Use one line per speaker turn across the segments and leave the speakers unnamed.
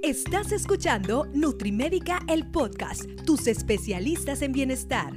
Estás escuchando Nutrimédica, el podcast, tus especialistas en bienestar.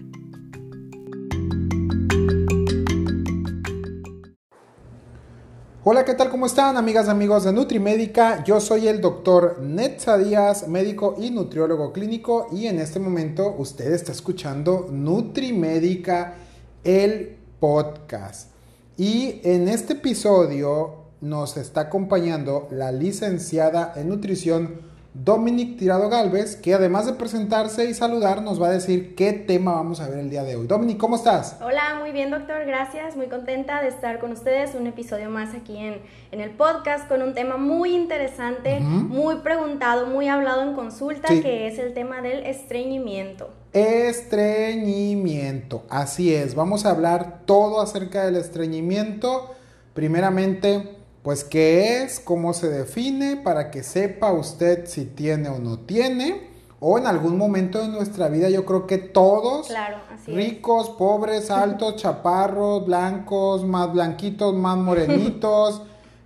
Hola, ¿qué tal? ¿Cómo están, amigas y amigos de Nutrimédica? Yo soy el doctor Netza Díaz, médico y nutriólogo clínico, y en este momento usted está escuchando Nutrimédica, el podcast. Y en este episodio nos está acompañando la licenciada en nutrición Dominic Tirado Gálvez, que además de presentarse y saludar, nos va a decir qué tema vamos a ver el día de hoy. Dominic, ¿cómo estás?
Hola, muy bien, doctor, gracias. Muy contenta de estar con ustedes, un episodio más aquí en el podcast con un tema muy interesante, muy preguntado, muy hablado en consulta, que es el tema del estreñimiento.
Estreñimiento, así es. Vamos a hablar todo acerca del estreñimiento. Primeramente, pues qué es, cómo se define, para que sepa usted si tiene o no tiene, o en algún momento de nuestra vida yo creo que todos,
claro, así
ricos, pobres, altos, chaparros, blancos, más blanquitos, más morenitos,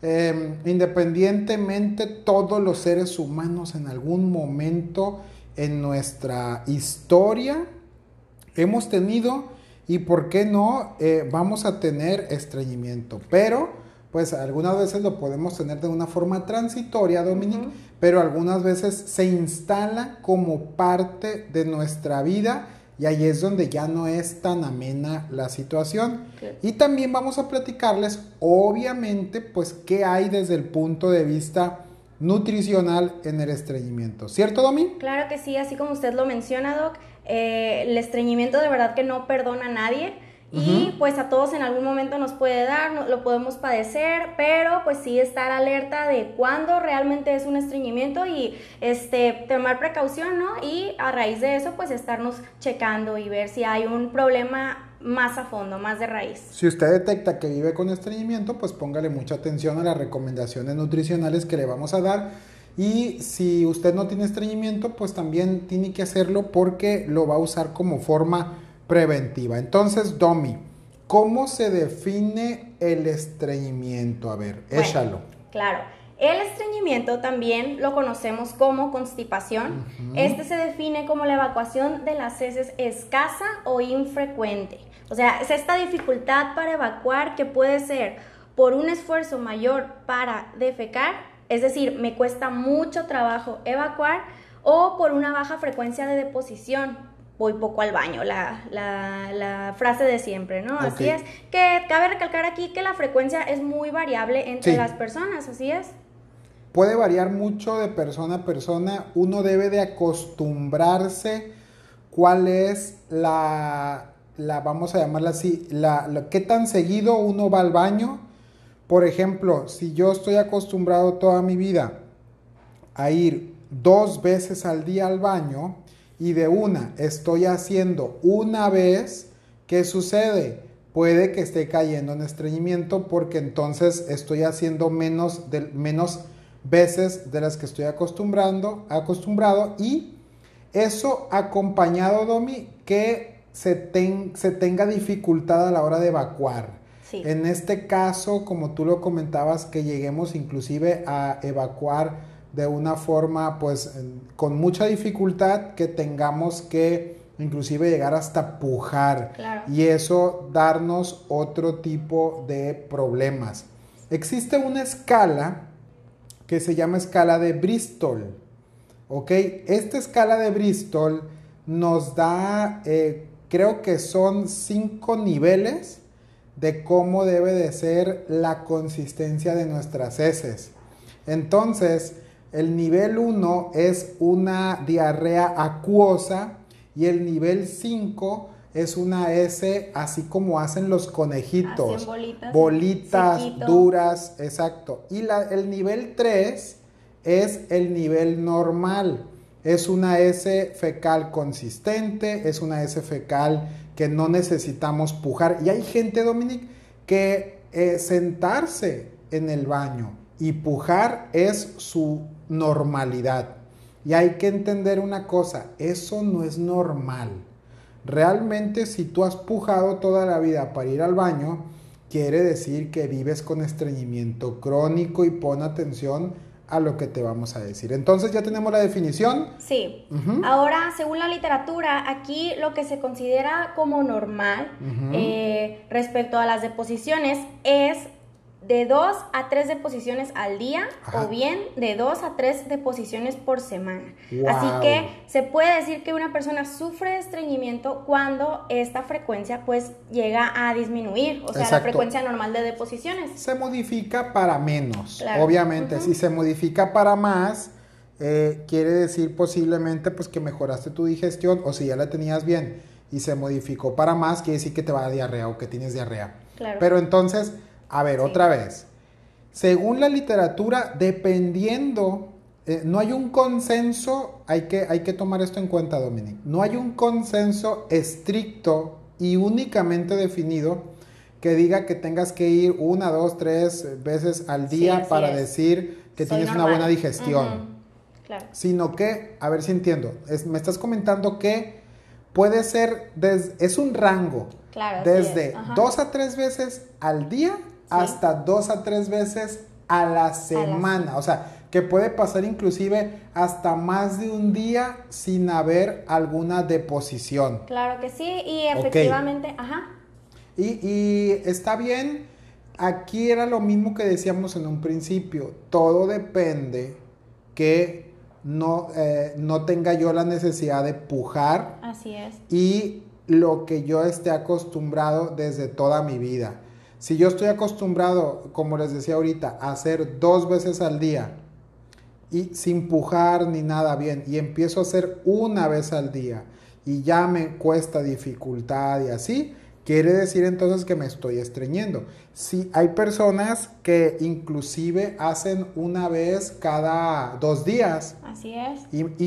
independientemente, todos los seres humanos en algún momento en nuestra historia hemos tenido, y por qué no, vamos a tener estreñimiento, pero pues algunas veces lo podemos tener de una forma transitoria, Dominic, pero algunas veces se instala como parte de nuestra vida y ahí es donde ya no es tan amena la situación. Y también vamos a platicarles, obviamente, pues qué hay desde el punto de vista nutricional en el estreñimiento. ¿Cierto, Domi?
Claro que sí, así como usted lo menciona, Doc, el estreñimiento de verdad que no perdona a nadie. Y pues a todos en algún momento nos puede dar, lo podemos padecer, pero pues sí estar alerta de cuándo realmente es un estreñimiento y tomar precaución, ¿no? Y a raíz de eso pues estarnos checando y ver si hay un problema más a fondo, más de raíz.
Si usted detecta que vive con estreñimiento, pues póngale mucha atención a las recomendaciones nutricionales que le vamos a dar. Y si usted no tiene estreñimiento, pues también tiene que hacerlo porque lo va a usar como forma preventiva. Entonces, Domi, ¿cómo se define el estreñimiento? A ver, bueno, échalo.
Claro, el estreñimiento también lo conocemos como constipación. Este se define como la evacuación de las heces escasa o infrecuente. O sea, es esta dificultad para evacuar que puede ser por un esfuerzo mayor para defecar, es decir, me cuesta mucho trabajo evacuar, o por una baja frecuencia de deposición. Voy poco al baño, la frase de siempre, ¿no? Okay. Así es, que cabe recalcar aquí que la frecuencia es muy variable entre las personas, así es.
Puede variar mucho de persona a persona, uno debe de acostumbrarse cuál es vamos a llamarla así, qué tan seguido uno va al baño. Por ejemplo, si yo estoy acostumbrado toda mi vida a ir 2 veces al día al baño, y de una estoy haciendo una vez, ¿qué sucede? Puede que esté cayendo en estreñimiento porque entonces estoy haciendo menos veces de las que estoy acostumbrado, y eso acompañado, Domi, que se tenga dificultad a la hora de evacuar.
Sí.
En este caso, como tú lo comentabas, que lleguemos inclusive a evacuar de una forma pues con mucha dificultad, que tengamos que inclusive llegar hasta pujar,
claro,
y eso darnos otro tipo de problemas. Existe una escala que se llama escala de Bristol, ¿ok? Esta escala de Bristol nos da, creo que son 5 niveles de cómo debe de ser la consistencia de nuestras heces. Entonces, el nivel 1 es una diarrea acuosa y el nivel 5 es una S así como hacen los conejitos. Bolitas duras, exacto. Y el nivel 3 es el nivel normal. Es una S fecal consistente, es una S fecal que no necesitamos pujar. Y hay gente, Dominic, que sentarse en el baño y pujar es su normalidad. Y hay que entender una cosa, eso no es normal. Realmente, si tú has pujado toda la vida para ir al baño, quiere decir que vives con estreñimiento crónico, y pon atención a lo que te vamos a decir. Entonces ya tenemos la definición.
Sí. Ahora, según la literatura, aquí lo que se considera como normal respecto a las deposiciones es de 2 a 3 deposiciones al día. Ajá. O bien de 2 a 3 deposiciones por semana. Wow. Así que se puede decir que una persona sufre de estreñimiento cuando esta frecuencia pues llega a disminuir, o sea, exacto, la frecuencia normal de deposiciones.
Se modifica para menos, claro, obviamente. Si se modifica para más, quiere decir posiblemente pues que mejoraste tu digestión, o si ya la tenías bien y se modificó para más, quiere decir que te va a dar diarrea o que tienes diarrea.
Claro.
Pero entonces, a ver, otra vez. Según la literatura, dependiendo, no hay un consenso, hay que tomar esto en cuenta, Dominic. No hay un consenso estricto y únicamente definido que diga que tengas que ir 1, 2, 3 veces al día para decir que tienes normal, una buena digestión.
Claro.
Sino que, a ver si entiendo, me estás comentando que puede ser, es un rango,
claro,
desde 2 a 3 veces al día hasta 2 a 3 veces a la semana. O sea, que puede pasar inclusive hasta más de un día sin haber alguna deposición.
Claro que sí, y efectivamente,
Y está bien, aquí era lo mismo que decíamos en un principio, todo depende que no tenga yo la necesidad de pujar.
Así es.
Y lo que yo esté acostumbrado desde toda mi vida. Si yo estoy acostumbrado, como les decía ahorita, a hacer 2 veces al día y sin pujar ni nada bien, y empiezo a hacer 1 vez al día y ya me cuesta dificultad y así, quiere decir entonces que me estoy estreñiendo. Si hay personas que inclusive hacen 1 vez cada 2 días.
Así es.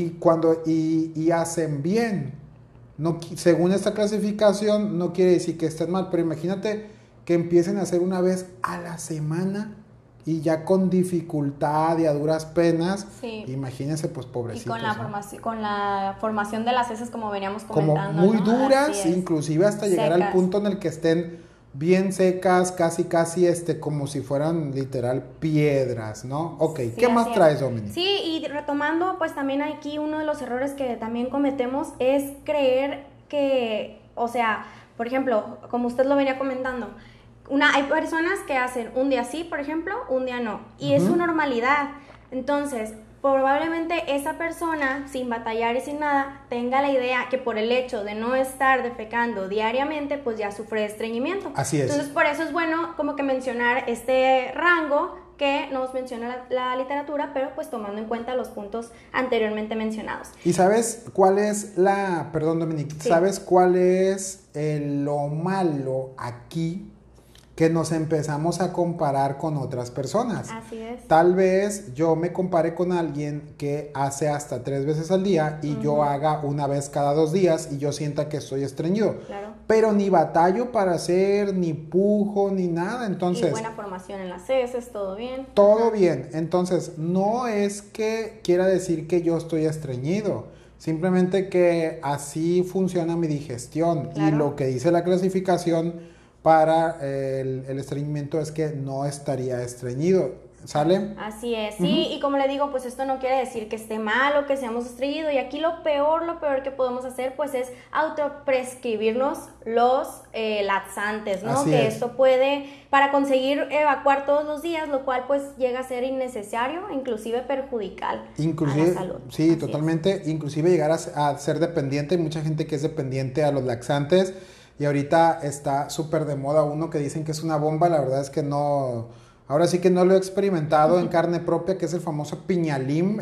Y hacen bien. No, según esta clasificación no quiere decir que estén mal, pero imagínate que empiecen a hacer 1 vez a la semana y ya con dificultad y a duras penas. Sí. Imagínense, pues pobrecitos.
Y con la formación de las heces, como veníamos comentando.
Como muy duras, inclusive hasta llegar al punto en el que estén bien secas, casi como si fueran literal piedras, ¿no? Ok, sí, ¿qué más traes, Dominic?
Sí, y retomando, pues también aquí uno de los errores que también cometemos es creer que, o sea, por ejemplo, como usted lo venía comentando, hay personas que hacen un día sí, por ejemplo, un día no, y es su normalidad. Entonces, probablemente esa persona, sin batallar y sin nada, tenga la idea que por el hecho de no estar defecando diariamente, pues ya sufre de estreñimiento.
Así es.
Entonces, por eso es bueno como que mencionar este rango que nos menciona la literatura, pero pues tomando en cuenta los puntos anteriormente mencionados.
¿Y sabes cuál es perdón, Dominic, sí, ¿sabes cuál es lo malo aquí? Que nos empezamos a comparar con otras personas.
Así es.
Tal vez yo me compare con alguien que hace hasta 3 veces al día y yo haga 1 vez cada 2 días y yo sienta que estoy estreñido.
Claro.
Pero ni batallo para hacer, ni pujo, ni nada. Entonces,
y buena formación en las heces, todo bien.
Todo bien. Entonces, no es que quiera decir que yo estoy estreñido. Simplemente que así funciona mi digestión. Claro. Y lo que dice la clasificación para el estreñimiento es que no estaría estreñido, ¿sale?
Así es, sí, y como le digo, pues esto no quiere decir que esté mal o que seamos estreñidos, y aquí lo peor que podemos hacer pues es autoprescribirnos los laxantes, ¿no?
Así
que
es.
Esto puede, para conseguir evacuar todos los días, lo cual pues llega a ser innecesario, inclusive perjudicial a la salud.
Sí,
así
totalmente, inclusive llegar a ser dependiente. Hay mucha gente que es dependiente a los laxantes. Y ahorita está súper de moda uno que dicen que es una bomba. La verdad es que no, ahora sí que no lo he experimentado en carne propia, que es el famoso Piñalim,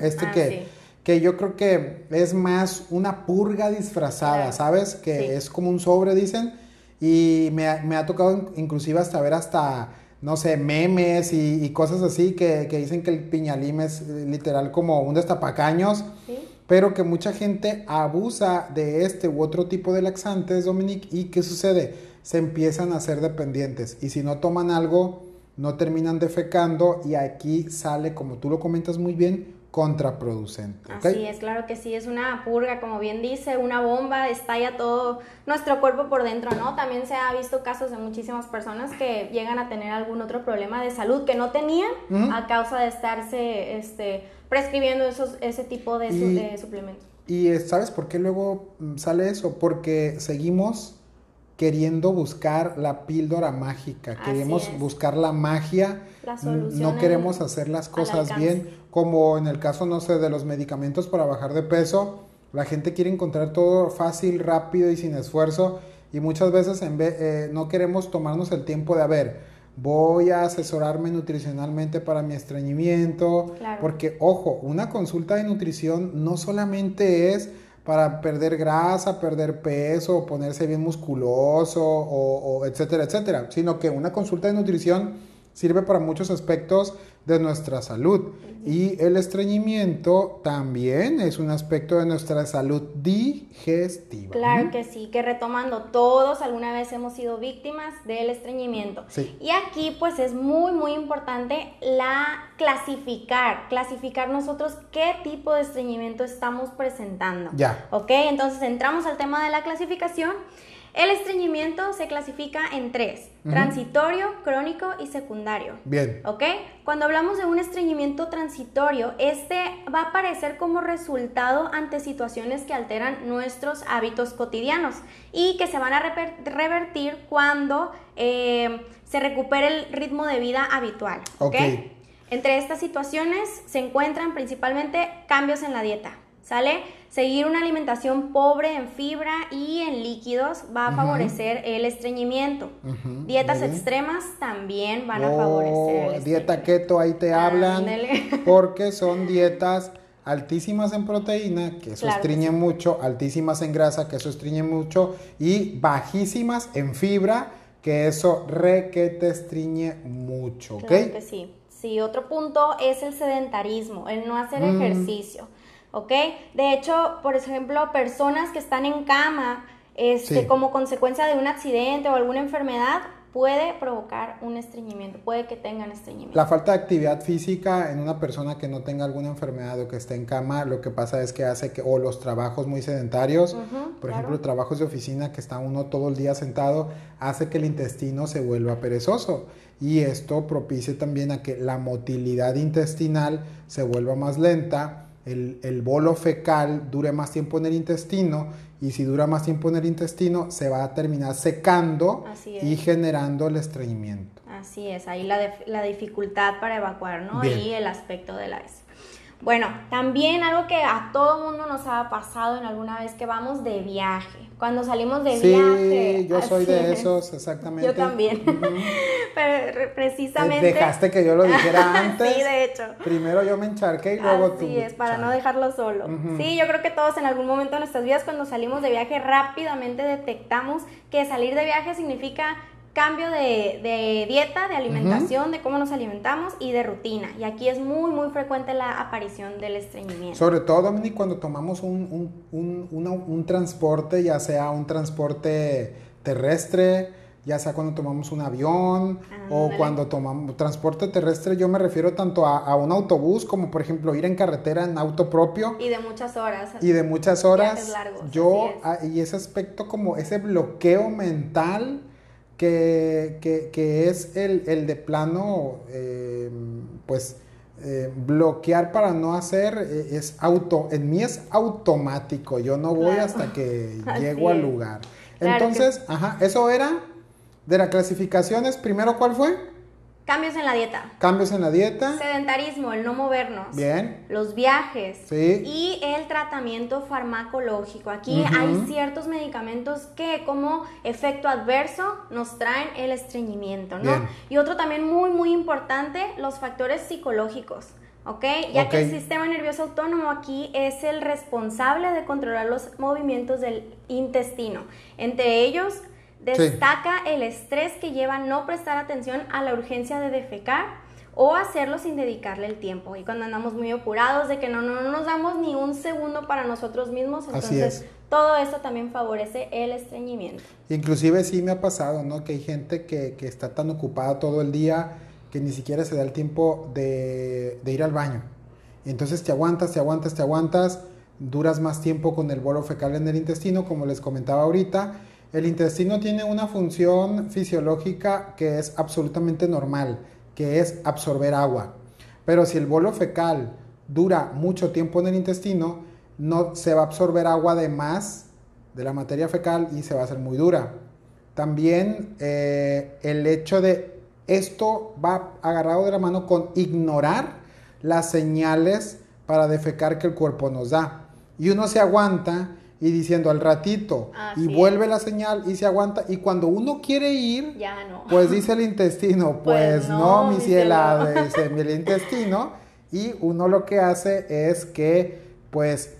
que yo creo que es más una purga disfrazada, claro. ¿Sabes? Que es como un sobre, dicen, y me ha tocado inclusive hasta ver no sé, memes y cosas así que dicen que el Piñalim es literal como un destapacaños. Sí. Pero que mucha gente abusa de este u otro tipo de laxantes, Dominic, y ¿qué sucede? Se empiezan a hacer dependientes, y si no toman algo, no terminan defecando, y aquí sale, como tú lo comentas muy bien, contraproducente. ¿Ok?
Así es, claro que sí, es una purga, como bien dice, una bomba, estalla todo nuestro cuerpo por dentro, ¿no? También se ha visto casos de muchísimas personas que llegan a tener algún otro problema de salud que no tenían a causa de estarse prescribiendo ese tipo de suplementos.
¿Y sabes por qué luego sale eso? Porque seguimos queriendo buscar la píldora mágica, queremos buscar la magia,
la solución,
no queremos hacer las cosas bien, como en el caso, no sé, de los medicamentos para bajar de peso, la gente quiere encontrar todo fácil, rápido y sin esfuerzo, y muchas veces no queremos tomarnos el tiempo de, a ver, voy a asesorarme nutricionalmente para mi estreñimiento, porque, ojo, una consulta de nutrición no solamente es para perder grasa, perder peso, ponerse bien musculoso, o etcétera, etcétera, sino que una consulta de nutrición sirve para muchos aspectos de nuestra salud. Y el estreñimiento también es un aspecto de nuestra salud digestiva.
Claro que sí, que retomando, todos alguna vez hemos sido víctimas del estreñimiento.
Sí.
Y aquí pues es muy, muy importante clasificar nosotros qué tipo de estreñimiento estamos presentando.
Ya.
¿Ok? Entonces entramos al tema de la clasificación. El estreñimiento se clasifica en 3, transitorio, crónico y secundario.
Bien.
¿Ok? Cuando hablamos de un estreñimiento transitorio, este va a aparecer como resultado ante situaciones que alteran nuestros hábitos cotidianos y que se van a revertir cuando se recupere el ritmo de vida habitual. ¿Ok? Entre estas situaciones se encuentran principalmente cambios en la dieta. ¿Sale? Seguir una alimentación pobre en fibra y en líquidos va a favorecer el estreñimiento. Dietas extremas también van a favorecer el
dieta keto, ahí te hablan, porque son dietas altísimas en proteína, que eso estreñe mucho, altísimas en grasa, que eso estreñe mucho, y bajísimas en fibra, que eso que te estreñe mucho, ¿ok?
Claro que sí. Sí, otro punto es el sedentarismo, el no hacer ejercicio. ¿Ok? De hecho, por ejemplo, personas que están en cama como consecuencia de un accidente o alguna enfermedad puede provocar un estreñimiento, puede que tengan estreñimiento.
La falta de actividad física en una persona que no tenga alguna enfermedad o que esté en cama, lo que pasa es que hace que, o los trabajos muy sedentarios, por ejemplo, trabajos de oficina que está uno todo el día sentado, hace que el intestino se vuelva perezoso. Y esto propicia también a que la motilidad intestinal se vuelva más lenta, el bolo fecal dure más tiempo en el intestino, y si dura más tiempo en el intestino se va a terminar secando y generando el estreñimiento.
Así es, ahí la dificultad para evacuar, ¿no?
Bien.
Y el aspecto de la S. Bueno, también algo que a todo mundo nos ha pasado en alguna vez que vamos de viaje. Cuando salimos de viaje.
Sí, yo soy de esos, exactamente.
Yo también. Pero precisamente.
Dejaste que yo lo dijera antes.
Sí, de hecho.
Primero yo me encharqué y luego tú.
Así es, para no dejarlo solo. Sí, yo creo que todos en algún momento de nuestras vidas, cuando salimos de viaje, rápidamente detectamos que salir de viaje significa cambio de dieta, de alimentación, de cómo nos alimentamos y de rutina. Y aquí es muy, muy frecuente la aparición del estreñimiento.
Sobre todo, Dominic, cuando tomamos un transporte, ya sea un transporte terrestre, ya sea cuando tomamos un avión o cuando tomamos transporte terrestre, yo me refiero tanto a un autobús como, por ejemplo, ir en carretera en auto propio.
Y de muchas horas.
Y de muchas horas.
Largos,
y ese aspecto como ese bloqueo mental que es el de plano, bloquear para no hacer, en mí es automático, yo no voy hasta que llego al lugar.
Claro.
Entonces, eso era de las clasificaciones. Primero, ¿cuál fue?
Cambios en la dieta.
Cambios en la dieta.
Sedentarismo, el no movernos.
Bien.
Los viajes.
Sí.
Y el tratamiento farmacológico. Aquí hay ciertos medicamentos que como efecto adverso nos traen el estreñimiento, ¿no?
Bien.
Y otro también muy, muy importante, los factores psicológicos. ¿Ok? Ya que el sistema nervioso autónomo aquí es el responsable de controlar los movimientos del intestino. Entre ellos destaca el estrés que lleva a no prestar atención a la urgencia de defecar o hacerlo sin dedicarle el tiempo. Y cuando andamos muy apurados de que no nos damos ni un segundo para nosotros mismos, entonces todo esto también favorece el estreñimiento.
Inclusive sí me ha pasado, ¿no? Que hay gente que está tan ocupada todo el día que ni siquiera se da el tiempo de ir al baño. Entonces te aguantas, duras más tiempo con el bolo fecal en el intestino, como les comentaba ahorita. El intestino tiene una función fisiológica que es absolutamente normal, que es absorber agua. Pero si el bolo fecal dura mucho tiempo en el intestino, no se va a absorber agua de más de la materia fecal y se va a hacer muy dura. También el hecho de esto va agarrado de la mano con ignorar las señales para defecar que el cuerpo nos da. Y uno se aguanta y diciendo al ratito y vuelve la señal y se aguanta, y cuando uno quiere ir,
ya no.
Pues dice el intestino, pues no, mi ciela, dice el intestino, y uno lo que hace es que pues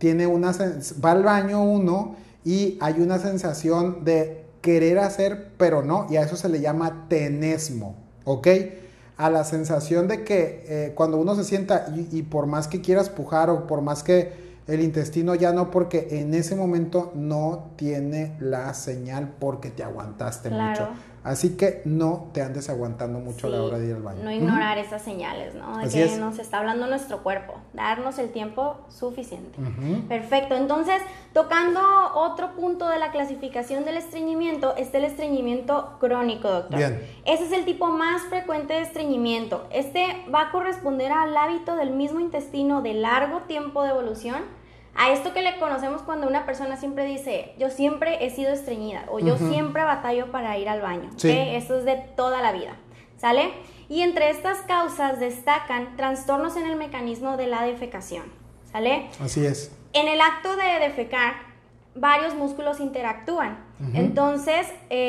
va al baño uno y hay una sensación de querer hacer, pero no, y a eso se le llama tenesmo, ¿ok? A la sensación de que cuando uno se sienta y por más que quieras pujar o por más que el intestino ya no, porque en ese momento no tiene la señal porque te aguantaste mucho. Así que no te andes aguantando mucho a la hora de ir al baño.
No ignorar esas señales, ¿no? De que nos está hablando nuestro cuerpo. Darnos el tiempo suficiente. Perfecto. Entonces, tocando otro punto de la clasificación del estreñimiento, es el estreñimiento crónico, doctor.
Bien.
Ese es el tipo más frecuente de estreñimiento. Este va a corresponder al hábito del mismo intestino de largo tiempo de evolución. A esto que le conocemos cuando una persona siempre dice, yo siempre he sido estreñida o yo siempre batallo para ir al baño.
Sí.
¿Okay? Esto es de toda la vida, ¿sale? Y entre estas causas destacan trastornos en el mecanismo de la defecación, ¿sale?
Así es.
En el acto de defecar, varios músculos interactúan. Entonces,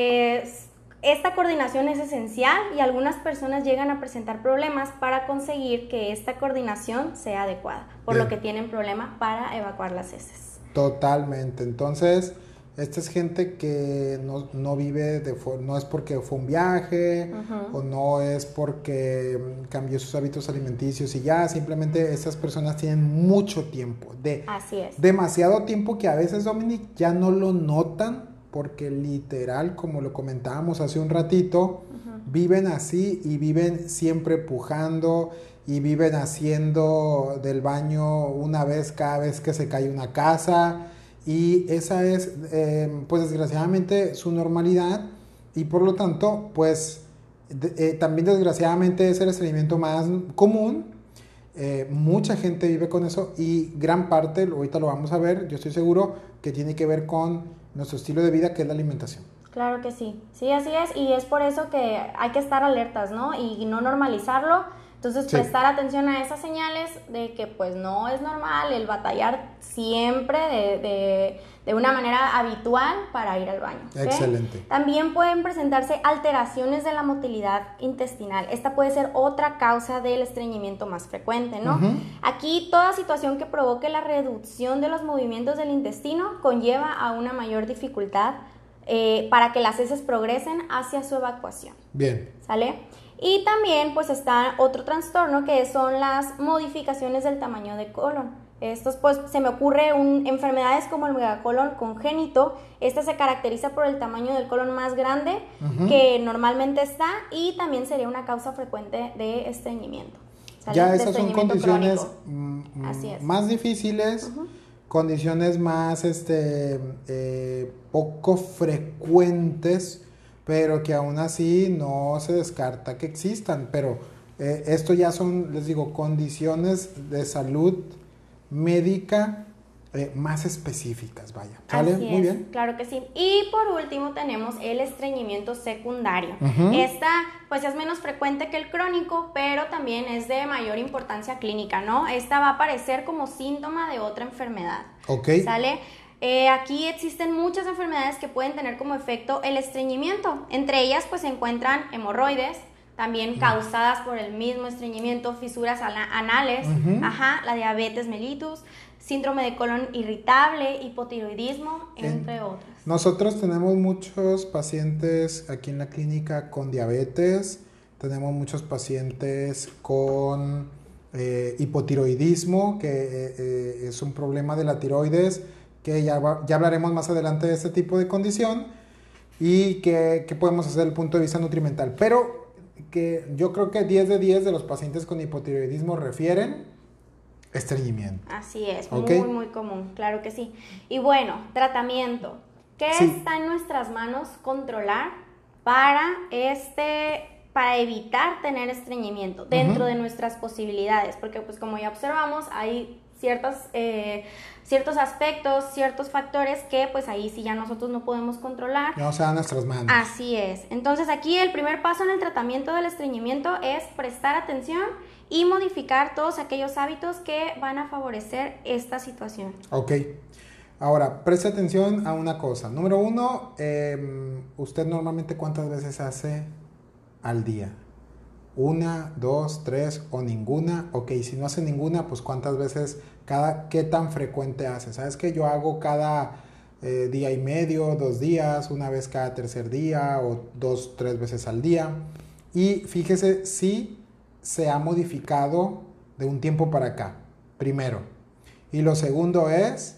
esta coordinación es esencial y algunas personas llegan a presentar problemas para conseguir que esta coordinación sea adecuada, por lo que tienen problema para evacuar las heces.
Totalmente. Entonces, esta es gente que no vive, no es porque fue un viaje o no es porque cambió sus hábitos alimenticios y ya, simplemente estas personas tienen mucho tiempo,
Así es.
demasiado tiempo que a veces, Dominic, ya no lo notan. Porque literal, como lo comentábamos hace un ratito, viven así y viven siempre pujando y viven haciendo del baño una vez cada vez que se cae una casa, y esa es pues desgraciadamente su normalidad, y por lo tanto pues también desgraciadamente es el estreñimiento más común. Mucha gente vive con eso y gran parte, ahorita lo vamos a ver, yo estoy seguro que tiene que ver con nuestro estilo de vida, que es la alimentación.
Claro que sí, sí, así es, y es por eso que hay que estar alertas, ¿no? Y no normalizarlo. Entonces, prestar atención a esas señales de que pues no es normal el batallar siempre de una manera habitual para ir al baño. ¿Okay?
Excelente.
También pueden presentarse alteraciones de la motilidad intestinal. Esta puede ser otra causa del estreñimiento más frecuente, ¿no? Aquí toda situación que provoque la reducción de los movimientos del intestino conlleva a una mayor dificultad para que las heces progresen hacia su evacuación.
Bien.
¿Sale? Y también pues está otro trastorno que son las modificaciones del tamaño de colon. Estos pues se me ocurre enfermedades como el megacolon congénito. Este se caracteriza por el tamaño del colon más grande que normalmente está, y también sería una causa frecuente de estreñimiento. ¿Sale?
Ya esas son condiciones más difíciles, condiciones más poco frecuentes, pero que aún así no se descarta que existan. Pero esto ya son, les digo, condiciones de salud médica más específicas, vaya. ¿Sale?
Así
Muy
es,
bien.
claro que sí. Y por último tenemos el estreñimiento secundario. Esta pues es menos frecuente que el crónico, pero también es de mayor importancia clínica, ¿no? Esta va a aparecer como síntoma de otra enfermedad.
Ok.
¿Sale? Aquí existen muchas enfermedades que pueden tener como efecto el estreñimiento. Entre ellas pues se encuentran hemorroides, también causadas por el mismo estreñimiento, fisuras anales, la diabetes mellitus, síndrome de colon irritable, hipotiroidismo, entre otras.
Nosotros tenemos muchos pacientes aquí en la clínica con diabetes, tenemos muchos pacientes con hipotiroidismo, que es un problema de la tiroides, que ya hablaremos más adelante de este tipo de condición, y que podemos hacer desde el punto de vista nutrimental. Pero que yo creo que 10 de 10 de los pacientes con hipotiroidismo refieren estreñimiento.
Así es,
¿Okay?
muy, muy común, claro que sí. Y bueno, tratamiento. ¿Qué está en nuestras manos controlar para evitar tener estreñimiento dentro de nuestras posibilidades? Porque pues como ya observamos, hay ciertos aspectos, ciertos factores que pues ahí sí ya nosotros no podemos controlar.
No se dan nuestras manos.
Así es. Entonces aquí el primer paso en el tratamiento del estreñimiento es prestar atención y modificar todos aquellos hábitos que van a favorecer esta situación.
Ok. Ahora, preste atención a una cosa. Número 1, ¿usted normalmente cuántas veces hace al día? 1, 2, 3 o ninguna. Ok, si no hace ninguna, pues cuántas veces, qué tan frecuente hace. ¿Sabes que yo hago cada día y medio, 2 días, una vez cada tercer día o 2, 3 veces al día? Y fíjese si se ha modificado de un tiempo para acá, primero. Y lo segundo es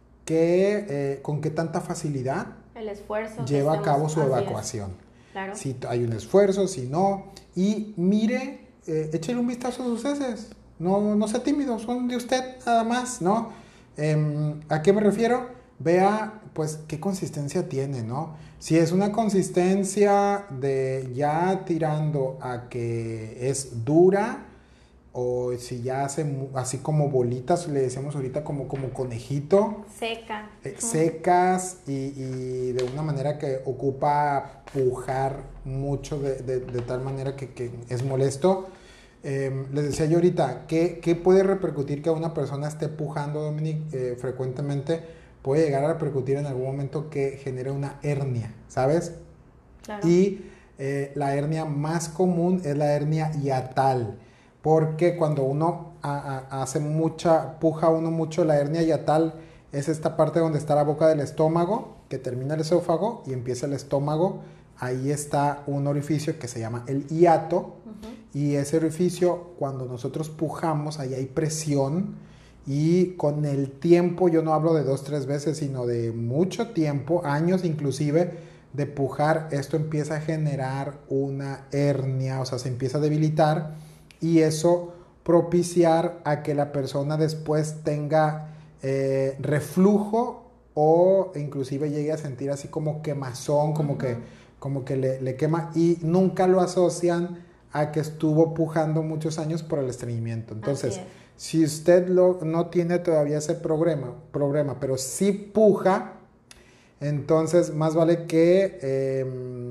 con qué tanta facilidad
el esfuerzo
lleva a cabo su evacuación.
Claro.
Si hay un esfuerzo, si no. Y mire, échale un vistazo a sus heces. No sea tímido, son de usted nada más, ¿no? ¿A qué me refiero? Vea, pues, qué consistencia tiene, ¿no? Si es una consistencia de ya tirando a que es dura, o si ya hace así como bolitas, le decíamos ahorita como conejito.
Seca.
Secas y de una manera que ocupa pujar mucho de tal manera que es molesto. Les decía yo ahorita, ¿qué puede repercutir que una persona esté pujando, Dominic, frecuentemente? Puede llegar a repercutir en algún momento que genere una hernia, ¿sabes?
Claro.
Y la hernia más común es la hernia hiatal. Porque cuando uno puja uno mucho, la hernia hiatal es esta parte donde está la boca del estómago, que termina el esófago y empieza el estómago. Ahí está un orificio que se llama el hiato. Y ese orificio, cuando nosotros pujamos, ahí hay presión. Y con el tiempo, yo no hablo de 2, 3 veces, sino de mucho tiempo, años inclusive, de pujar, esto empieza a generar una hernia, o sea, se empieza a debilitar. Y eso propiciar a que la persona después tenga reflujo o inclusive llegue a sentir así como quemazón, como que le quema, y nunca lo asocian a que estuvo pujando muchos años por el estreñimiento. Entonces, si usted no tiene todavía ese problema, pero sí puja, entonces más vale que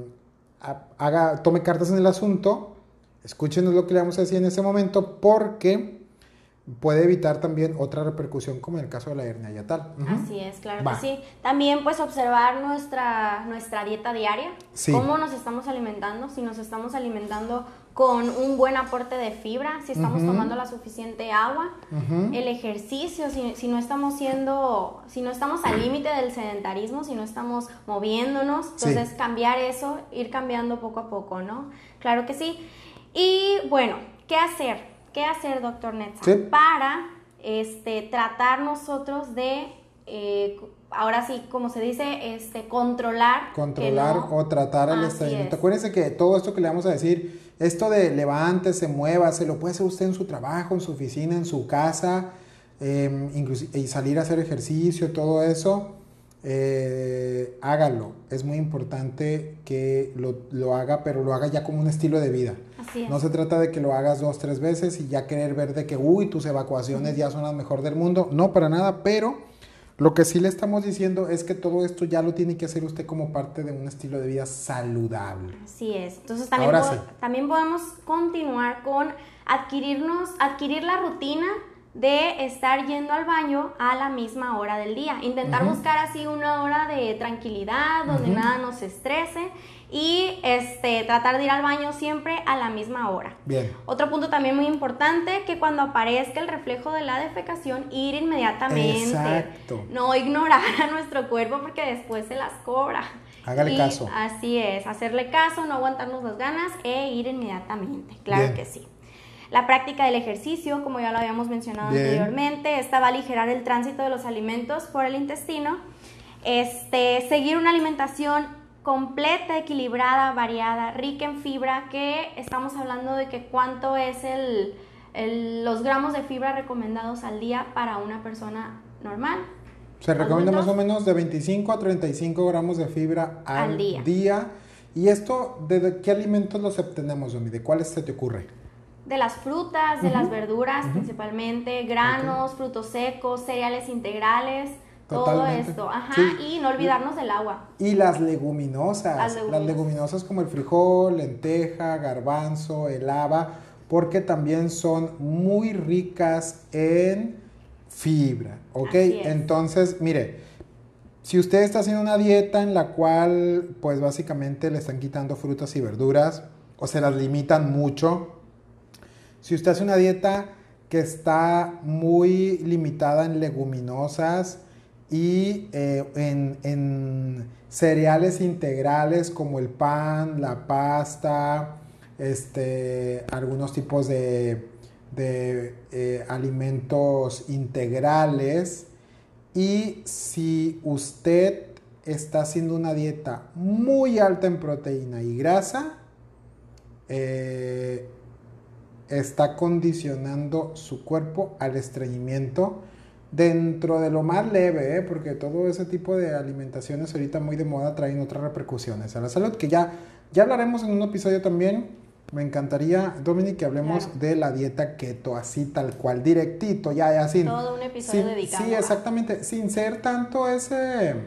tome cartas en el asunto. Escúchenos lo que le vamos a decir en ese momento, porque puede evitar también otra repercusión como en el caso de la hernia hiatal.
Así es, claro que sí. También pues observar nuestra dieta diaria, cómo nos estamos alimentando, si nos estamos alimentando con un buen aporte de fibra, si estamos tomando la suficiente agua, el ejercicio, si no estamos al límite del sedentarismo, si no estamos moviéndonos, entonces cambiar eso, ir cambiando poco a poco, ¿no? Claro que sí. Y bueno, ¿qué hacer? ¿Qué hacer, doctor Netza? Para tratar nosotros de, ahora sí, como se dice, controlar
o tratar el estreñimiento. Acuérdense que todo esto que le vamos a decir, esto de levántese, muévase, lo puede hacer usted en su trabajo, en su oficina, en su casa, y salir a hacer ejercicio, todo eso. Hágalo. Es muy importante que lo haga, pero lo haga ya como un estilo de vida. No se trata de que lo hagas 2, 3 veces y ya querer ver de que tus evacuaciones ya son las mejor del mundo. No, para nada, pero lo que sí le estamos diciendo es que todo esto ya lo tiene que hacer usted como parte de un estilo de vida saludable.
Así es. Entonces también podemos continuar con adquirir la rutina de estar yendo al baño a la misma hora del día. Intentar buscar así una hora de tranquilidad, donde nada nos estrese, y tratar de ir al baño siempre a la misma hora.
Bien.
Otro punto también muy importante, que cuando aparezca el reflejo de la defecación, ir inmediatamente.
Exacto.
No ignorar a nuestro cuerpo porque después se las cobra.
Hágale caso.
Así es, hacerle caso, no aguantarnos las ganas e ir inmediatamente. Claro que sí. La práctica del ejercicio, como ya lo habíamos mencionado anteriormente, esta va a aligerar el tránsito de los alimentos por el intestino. Seguir una alimentación completa, equilibrada, variada, rica en fibra, que estamos hablando de que cuánto es los gramos de fibra recomendados al día para una persona normal.
Se recomienda más o menos de 25 a 35 gramos de fibra al día. ¿Y esto, de qué alimentos los obtenemos, Domi? ¿De cuáles se te ocurre?
De las frutas, de las verduras principalmente, granos, frutos secos, cereales integrales, totalmente. Todo esto. Ajá, sí. Y no olvidarnos del agua.
Y las leguminosas. Las leguminosas como el frijol, lenteja, garbanzo, el haba, porque también son muy ricas en fibra, ¿ok? Entonces, mire, si usted está haciendo una dieta en la cual, pues básicamente le están quitando frutas y verduras o se las limitan mucho, si usted hace una dieta que está muy limitada en leguminosas y en cereales integrales como el pan, la pasta, algunos tipos de alimentos integrales, y si usted está haciendo una dieta muy alta en proteína y grasa, está condicionando su cuerpo al estreñimiento dentro de lo más leve, porque todo ese tipo de alimentaciones ahorita muy de moda traen otras repercusiones a la salud, que ya hablaremos en un episodio también. Me encantaría, Dominic, que hablemos de la dieta keto, así tal cual, directito, ya sin...
Todo un episodio dedicado.
Sí, exactamente, sin ser tanto ese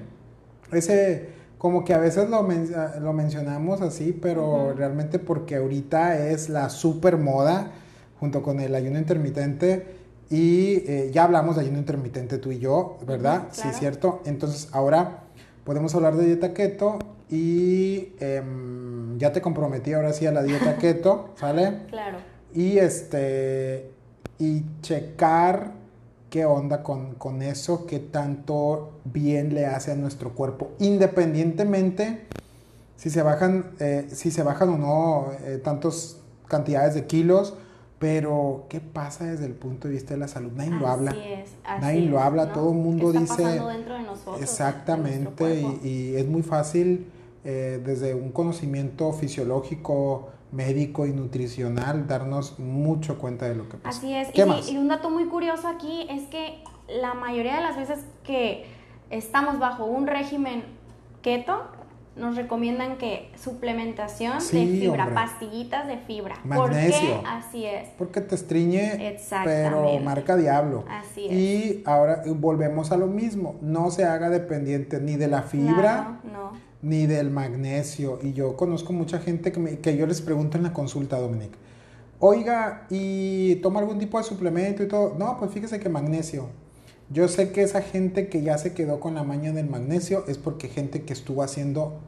como que a veces lo mencionamos así, pero realmente porque ahorita es la super moda, junto con el ayuno intermitente, y ya hablamos de ayuno intermitente tú y yo, ¿verdad?
Claro.
Sí, cierto. Entonces ahora podemos hablar de dieta keto y ya te comprometí ahora sí a la dieta keto, ¿sale?
Claro.
Y y checar qué onda con eso, qué tanto bien le hace a nuestro cuerpo, independientemente si se bajan o no tantas cantidades de kilos. Pero, ¿qué pasa desde el punto de vista de la salud? Nadie lo habla. Nadie lo habla, ¿no? Todo el mundo dice...
¿Qué está pasando dentro de nosotros?
Exactamente, y es muy fácil, desde un conocimiento fisiológico, médico y nutricional, darnos mucho cuenta de lo que pasa.
Así es.
¿Qué más?
Y un dato muy curioso aquí es que la mayoría de las veces que estamos bajo un régimen keto, nos recomiendan que suplementación de fibra, hombre. Pastillitas de fibra.
Magnesio.
¿Por qué? Así es.
Porque te estriñe, pero marca diablo.
Así es.
Y ahora volvemos a lo mismo. No se haga dependiente ni de la fibra, ni del magnesio. Y yo conozco mucha gente que yo les pregunto en la consulta, Dominic, oiga, ¿y toma algún tipo de suplemento y todo? No, pues fíjese que magnesio. Yo sé que esa gente que ya se quedó con la maña del magnesio es porque gente que estuvo haciendo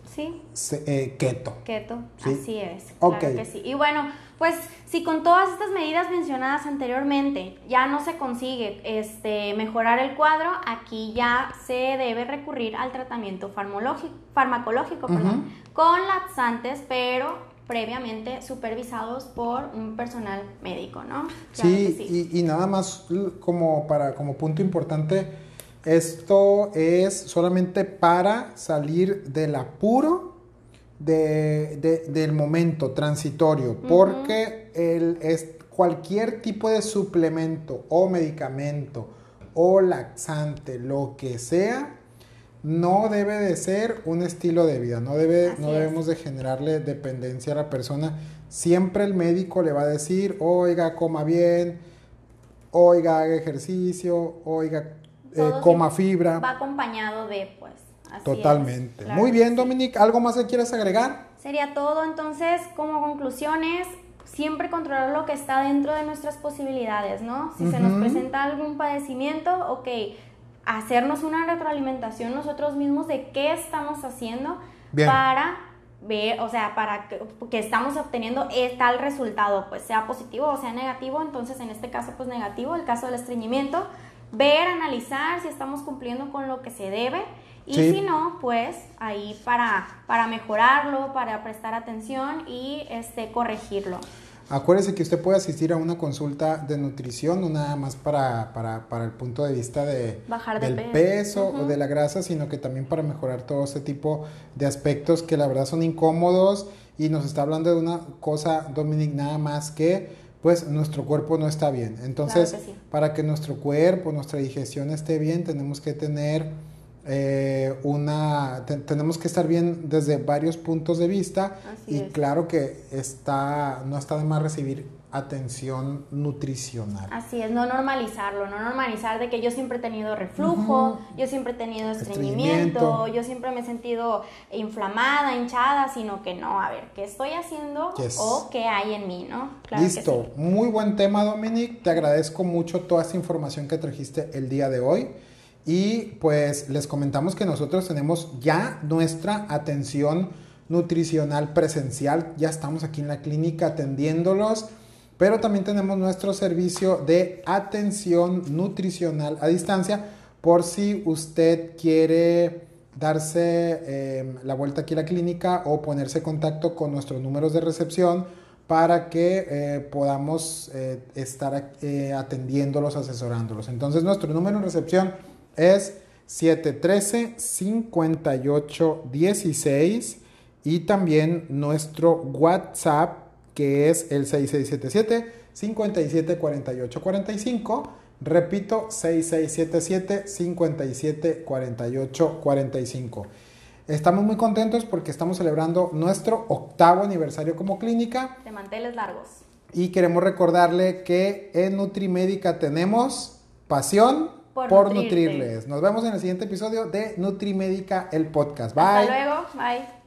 keto.
Keto,
¿sí?
Así es, claro que sí. Y bueno, pues si con todas estas medidas mencionadas anteriormente ya no se consigue mejorar el cuadro, aquí ya se debe recurrir al tratamiento farmacológico, con laxantes, pero previamente supervisados por un personal médico, ¿no? Claro
sí. Y nada más como punto importante, esto es solamente para salir del apuro del momento transitorio, porque cualquier tipo de suplemento o medicamento o laxante, lo que sea, no debe de ser un estilo de vida, no debemos de generarle dependencia a la persona. Siempre el médico le va a decir, oiga, coma bien, oiga, haga ejercicio, oiga, coma fibra.
Va acompañado de, pues, así
totalmente.
Claro.
Muy bien, Dominic, ¿algo más que quieras agregar?
Sería todo. Entonces, como conclusiones, siempre controlar lo que está dentro de nuestras posibilidades, ¿no? Si se nos presenta algún padecimiento, ok, hacernos una retroalimentación nosotros mismos de qué estamos haciendo para ver, o sea, para que estamos obteniendo tal resultado, pues sea positivo o sea negativo. Entonces, en este caso, pues negativo, el caso del estreñimiento, ver, analizar si estamos cumpliendo con lo que se debe, y si no, pues ahí para mejorarlo, para prestar atención y corregirlo.
Acuérdese que usted puede asistir a una consulta de nutrición, no nada más para el punto de vista del peso o de la grasa, sino que también para mejorar todo ese tipo de aspectos que la verdad son incómodos, y nos está hablando de una cosa, Dominic, nada más que pues nuestro cuerpo no está bien. Entonces,
Claro que sí.
para que nuestro cuerpo, nuestra digestión esté bien, tenemos que tener tenemos que estar bien desde varios puntos de vista.
Así
y
es.
claro que no está de más recibir atención nutricional.
Así es, no normalizar de que yo siempre he tenido reflujo, yo siempre he tenido estreñimiento, yo siempre me he sentido inflamada, hinchada, sino que no, a ver, ¿qué estoy haciendo o qué hay en mí, no? Claro.
Listo,
que sí.
Muy buen tema, Dominic, te agradezco mucho toda esta información que trajiste el día de hoy. Y pues les comentamos que nosotros tenemos ya nuestra atención nutricional presencial, ya estamos aquí en la clínica atendiéndolos, pero también tenemos nuestro servicio de atención nutricional a distancia por si usted quiere darse la vuelta aquí a la clínica o ponerse en contacto con nuestros números de recepción para que podamos estar atendiéndolos, asesorándolos. Entonces nuestro número de recepción es 713-5816 y también nuestro WhatsApp que es el 6677-574845. Repito, 6677-574845. Estamos muy contentos porque estamos celebrando nuestro 8º aniversario como clínica.
De manteles largos.
Y queremos recordarle que en Nutrimédica tenemos pasión por nutrirles. Nos vemos en el siguiente episodio de Nutrimédica, el podcast. Bye.
Hasta luego. Bye.